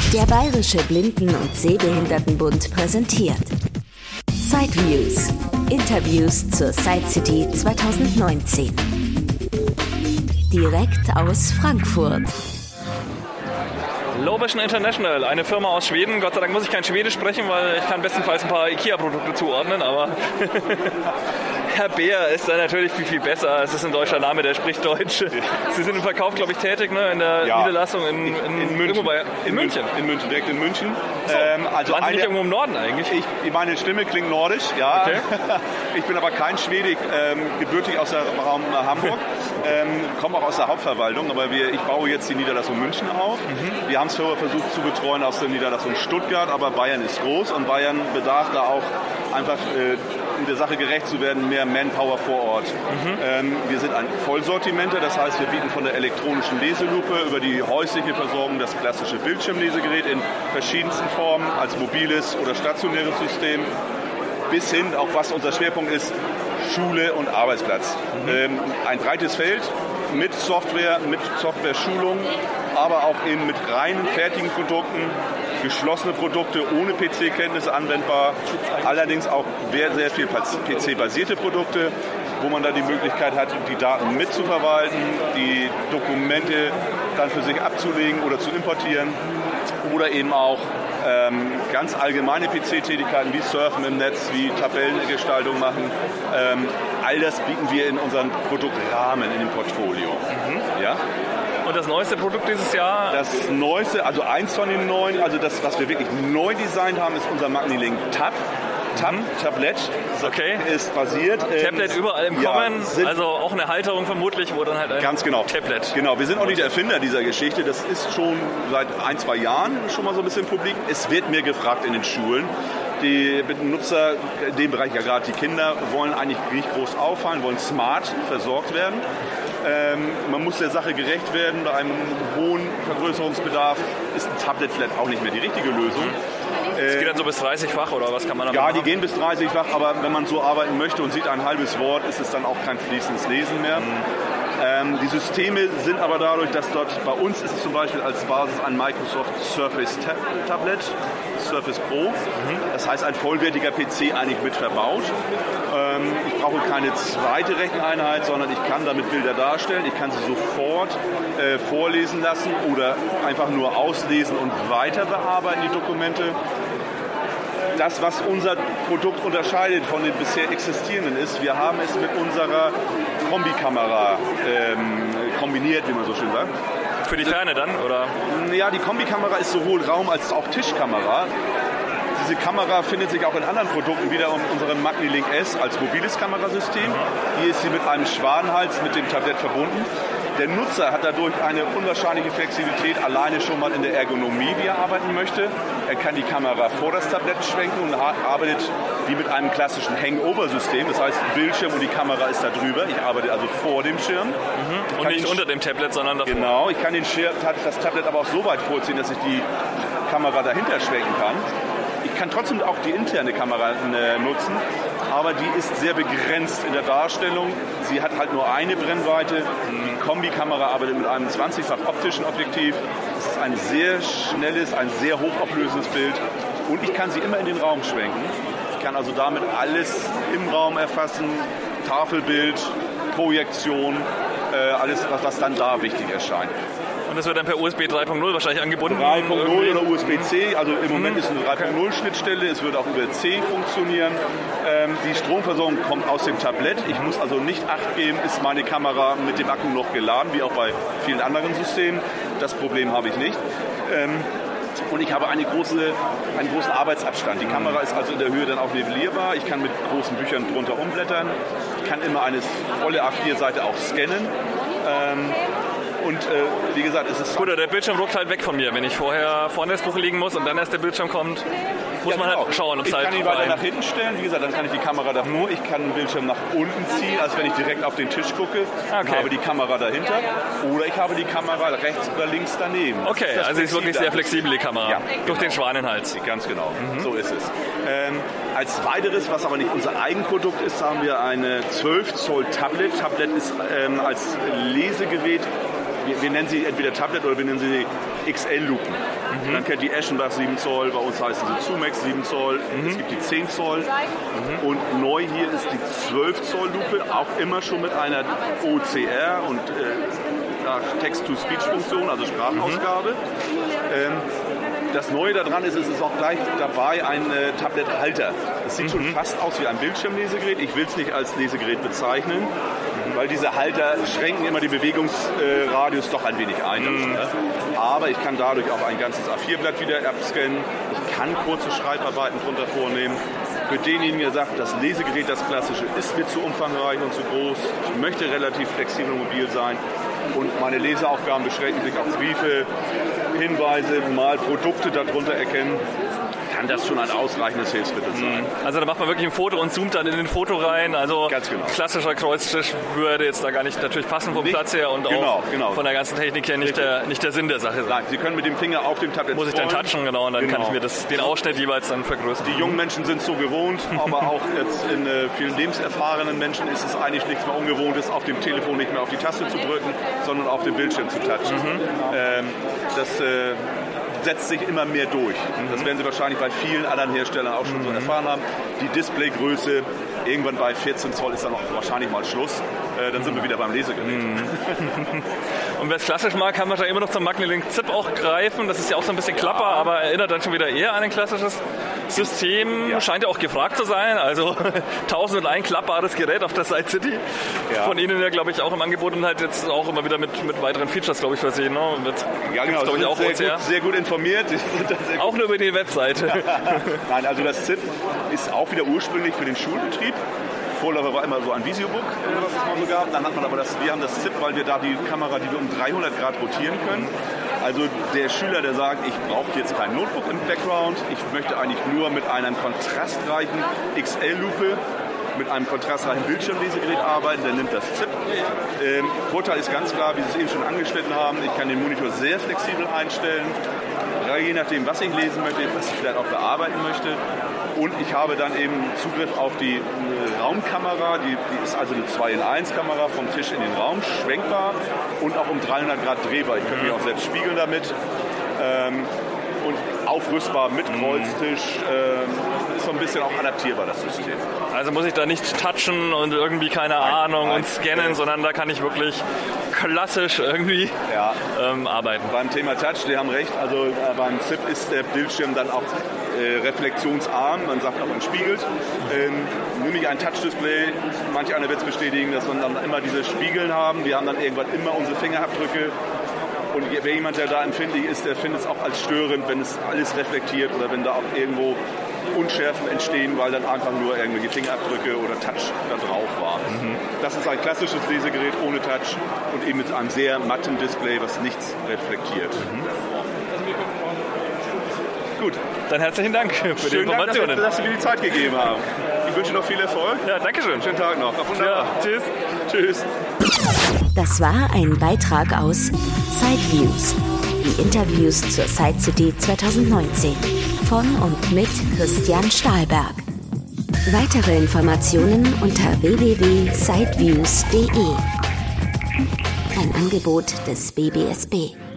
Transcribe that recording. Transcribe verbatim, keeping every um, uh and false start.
Der Bayerische Blinden- und Sehbehindertenbund präsentiert Sideviews. Interviews zur Sidecity zwanzig neunzehn. Direkt aus Frankfurt. Lovision International, eine Firma aus Schweden. Gott sei Dank muss ich kein Schwedisch sprechen, weil ich kann bestenfalls ein paar IKEA-Produkte zuordnen, aber Herr Beer ist da natürlich viel, viel besser. Es ist ein deutscher Name, der spricht Deutsch. Sie sind im Verkauf, glaube ich, tätig, ne? In der ja. Niederlassung in, in, in, in München. Bei, in, in München. In München, direkt in München. So. Ähm, also Waren Sie nicht irgendwo im Norden eigentlich? Ich, meine Stimme klingt nordisch, ja. Okay. Ich bin aber kein Schwede, ähm, gebürtig aus dem Raum Hamburg, ähm, komme auch aus der Hauptverwaltung, aber wir, ich baue jetzt die Niederlassung München auf. Mhm. Wir haben es vorher versucht zu betreuen aus der Niederlassung Stuttgart, aber Bayern ist groß und Bayern bedarf da auch einfach äh, um der Sache gerecht zu werden, mehr Manpower vor Ort. Mhm. Ähm, wir sind ein Vollsortimenter, das heißt, wir bieten von der elektronischen Leselupe über die häusliche Versorgung das klassische Bildschirmlesegerät in verschiedensten Formen, als mobiles oder stationäres System, bis hin, auch was unser Schwerpunkt ist, Schule und Arbeitsplatz. Mhm. Ähm, ein breites Feld mit Software, mit Software-Schulung, aber auch eben mit reinen, fertigen Produkten, geschlossene Produkte ohne P C-Kenntnisse anwendbar, allerdings auch sehr, sehr viel P C-basierte Produkte, wo man dann die Möglichkeit hat, die Daten mitzuverwalten, die Dokumente dann für sich abzulegen oder zu importieren oder eben auch ähm, ganz allgemeine P C-Tätigkeiten wie Surfen im Netz, wie Tabellengestaltung machen. Ähm, all das bieten wir in unseren Produktrahmen, in dem Portfolio. Mhm. Ja? Und das neueste Produkt dieses Jahr? Das neueste, also eins von den neuen, also das, was wir wirklich neu designt haben, ist unser MagniLink Tab. Tab, mhm. Tablet, okay. Ist basiert. Tablet ähm, überall im Kommen, ja, also auch eine Halterung vermutlich, wo dann halt ein ganz genau. Tablet. Genau, wir sind auch nicht der Erfinder dieser Geschichte, das ist schon seit ein, zwei Jahren schon mal so ein bisschen publik. Es wird mehr gefragt in den Schulen. Die Benutzer, in dem Bereich ja gerade die Kinder, wollen eigentlich nicht groß auffallen, wollen smart versorgt werden. Ähm, man muss der Sache gerecht werden. Bei einem hohen Vergrößerungsbedarf ist ein Tablet vielleicht auch nicht mehr die richtige Lösung. Das äh, geht dann so bis dreißig-fach oder was kann man da ja, machen? Ja, die gehen bis dreißig-fach, aber wenn man so arbeiten möchte und sieht ein halbes Wort, ist es dann auch kein fließendes Lesen mehr. Mhm. Ähm, die Systeme sind aber dadurch, dass dort bei uns ist es zum Beispiel als Basis ein Microsoft Surface Tab- Tablet, Surface Pro. Mhm. Das heißt, ein vollwertiger P C eigentlich mit verbaut. Ähm, ich brauche keine zweite Recheneinheit, sondern ich kann damit Bilder darstellen. Ich kann sie sofort äh, vorlesen lassen oder einfach nur auslesen und weiter bearbeiten, die Dokumente. Das, was unser Produkt unterscheidet von den bisher existierenden ist, wir haben es mit unserer Kombikamera ähm, kombiniert, wie man so schön sagt. Für die Ferne dann, oder? Ja, die Kombikamera ist sowohl Raum- als auch Tischkamera. Diese Kamera findet sich auch in anderen Produkten wieder in unserem MagniLink S als mobiles Kamerasystem. Hier ist sie mit einem Schwanenhals mit dem Tablet verbunden. Der Nutzer hat dadurch eine unwahrscheinliche Flexibilität, alleine schon mal in der Ergonomie, wie er arbeiten möchte. Er kann die Kamera vor das Tablett schwenken und arbeitet wie mit einem klassischen Hangover-System. Das heißt, Bildschirm und die Kamera ist da drüber. Ich arbeite also vor dem Schirm. Mhm. Und nicht unter dem Tablet, sondern davor. Genau, ich kann den Schirm, das Tablet aber auch so weit vorziehen, dass ich die Kamera dahinter schwenken kann. Ich kann trotzdem auch die interne Kamera äh, nutzen, aber die ist sehr begrenzt in der Darstellung. Sie hat halt nur eine Brennweite. Die Kombikamera arbeitet mit einem zwanzigfach optischen Objektiv. Es ist ein sehr schnelles, ein sehr hochauflösendes Bild und ich kann sie immer in den Raum schwenken. Ich kann also damit alles im Raum erfassen, Tafelbild, Projektion, äh, alles, was, was dann da wichtig erscheint. Und das wird dann per U S B drei Punkt null wahrscheinlich angebunden? drei Punkt null oder U S B C, also im Moment ist eine drei Punkt null Schnittstelle, es wird auch über C funktionieren. Ähm, die Stromversorgung kommt aus dem Tablett, ich muss also nicht Acht geben, ist meine Kamera mit dem Akku noch geladen, wie auch bei vielen anderen Systemen. Das Problem habe ich nicht. Ähm, Und ich habe eine große, einen großen Arbeitsabstand. Die Kamera ist also in der Höhe dann auch nivellierbar. Ich kann mit großen Büchern drunter umblättern. Ich kann immer eine volle A vier Seite auch scannen. Ähm, Und äh, wie gesagt, es ist... Gut, der Bildschirm ruckt halt weg von mir. Wenn ich vorher vorne das Buch liegen muss und dann erst der Bildschirm kommt, muss ja, man genau. halt schauen, ob es halt... Ich kann ihn weiter nach hinten stellen. Wie gesagt, dann kann ich die Kamera da nur. Ich kann den Bildschirm nach unten ziehen, als wenn ich direkt auf den Tisch gucke. Okay. Ich habe die Kamera dahinter. Oder ich habe die Kamera rechts oder links daneben. Okay, also sie ist wirklich sehr flexibel, die Kamera. Ja, durch genau. den Schwanenhals. Ganz genau, mhm. so ist es. Ähm, als weiteres, was aber nicht unser Eigenprodukt ist, haben wir eine zwölf Zoll Tablet. Tablet ist ähm, als Lesegerät, wir, wir nennen sie entweder Tablet oder wir nennen sie X L-Lupen. Mhm. Man kennt die Eschenbach sieben Zoll, bei uns heißen sie Zumex sieben Zoll, mhm. es gibt die zehn Zoll mhm. und neu hier ist die zwölf Zoll Lupe, auch immer schon mit einer O C R und äh, Text-to-Speech-Funktion, also Sprachausgabe. Mhm. Ähm, Das Neue daran ist, es ist auch gleich dabei ein äh, Tablet-Halter. Es sieht mhm. schon fast aus wie ein Bildschirmlesegerät. Ich will es nicht als Lesegerät bezeichnen, mhm. weil diese Halter schränken immer den Bewegungsradius äh, doch ein wenig ein. Mhm. Aber ich kann dadurch auch ein ganzes A vier Blatt wieder abscannen. Ich kann kurze Schreibarbeiten drunter vornehmen. Für denjenigen, der sagt, das Lesegerät, das klassische, ist mir zu umfangreich und zu groß. Ich möchte relativ flexibel und mobil sein. Und meine Leseaufgaben beschränken sich auf Briefe, Hinweise, mal Produkte darunter erkennen, kann das schon ein ausreichendes Hilfsmittel sein. Also da macht man wirklich ein Foto und zoomt dann in den Foto rein. Also ganz genau. Klassischer Kreuztisch würde jetzt da gar nicht natürlich passen vom nicht, Platz her und genau, auch genau. von der ganzen Technik her nicht der, nicht der Sinn der Sache sein. Nein, Sie können mit dem Finger auf dem Tablet Muss ich dann touchen, genau, und dann genau. kann ich mir das, den Ausschnitt jeweils dann vergrößern. Die jungen Menschen sind so gewohnt, aber auch jetzt in äh, vielen lebenserfahrenen Menschen ist es eigentlich nichts mehr Ungewohntes, auf dem Telefon nicht mehr auf die Taste zu drücken, sondern auf dem Bildschirm zu touchen. Mhm. Ähm, das äh, setzt sich immer mehr durch. Mhm. Das werden Sie wahrscheinlich bei vielen anderen Herstellern auch schon mhm. so erfahren haben. Die Displaygröße, irgendwann bei vierzehn Zoll ist dann auch wahrscheinlich mal Schluss. Äh, dann sind wir wieder beim Lesegerät. Mhm. Und wer es klassisch mag, kann man da immer noch zum Magnelink Zip auch greifen. Das ist ja auch so ein bisschen Klapper, ja. aber erinnert dann schon wieder eher an ein klassisches System. Ja. Scheint ja auch gefragt zu sein. Also tausend und ein klappbares Gerät auf der Side City. Ja. Von Ihnen ja, glaube ich, auch im Angebot und halt jetzt auch immer wieder mit, mit weiteren Features, glaube ich, versehen. Ne? Mit, ja, genau. Ich, auch sehr, gut, sehr gut informiert. Sehr auch nur über die Webseite. Nein, also das Zip ist auch wieder ursprünglich für den Schulbetrieb. Vorläufer war immer so ein Visiobook, was es mal so gab. Dann hat man aber das, wir haben das Zip, weil wir da die Kamera, die wir um dreihundert Grad rotieren können. Also der Schüler, der sagt, ich brauche jetzt kein Notebook im Background, ich möchte eigentlich nur mit einer kontrastreichen X L-Lupe, mit einem kontrastreichen Bildschirmlesegerät arbeiten, der nimmt das Zip. Ähm, Vorteil ist ganz klar, wie Sie es eben schon angeschnitten haben, ich kann den Monitor sehr flexibel einstellen, je nachdem, was ich lesen möchte, was ich vielleicht auch bearbeiten möchte. Und ich habe dann eben Zugriff auf die äh, Raumkamera, die, die ist also eine zwei in eins Kamera vom Tisch in den Raum, schwenkbar und auch um dreihundert Grad drehbar. Ich kann mich auch selbst spiegeln damit. Ähm, und aufrüstbar mit Kreuztisch, äh, ist so ein bisschen auch adaptierbar, das System. Also muss ich da nicht touchen und irgendwie, keine nein, Ahnung, nein, und scannen, nein. sondern da kann ich wirklich klassisch irgendwie ja. ähm, arbeiten. Beim Thema Touch, die haben recht, also äh, beim Zip ist der Bildschirm dann auch äh, reflektionsarm, man sagt auch entspiegelt. Ähm, nämlich ein Touch-Display, manch einer wird es bestätigen, dass wir dann immer diese Spiegeln haben, wir haben dann irgendwann immer unsere Fingerabdrücke. Und wer jemand, der da empfindlich ist, der findet es auch als störend, wenn es alles reflektiert oder wenn da auch irgendwo Unschärfen entstehen, weil dann einfach nur irgendwelche Fingerabdrücke oder Touch da drauf war. Mhm. Das ist ein klassisches Lesegerät ohne Touch und eben mit einem sehr matten Display, was nichts reflektiert. Mhm. Gut. Dann herzlichen Dank für Schönen die Informationen. Dank, dass, dass Sie mir die Zeit gegeben haben. Ich wünsche noch viel Erfolg. Ja, danke schön. Schönen Tag noch. Auf wunderbar. Ja, tschüss. Tschüss. Das war ein Beitrag aus Sideviews, die Interviews zur Side City zwanzig neunzehn von und mit Christian Stahlberg. Weitere Informationen unter w w w punkt sideviews punkt d e. Ein Angebot des B B S B.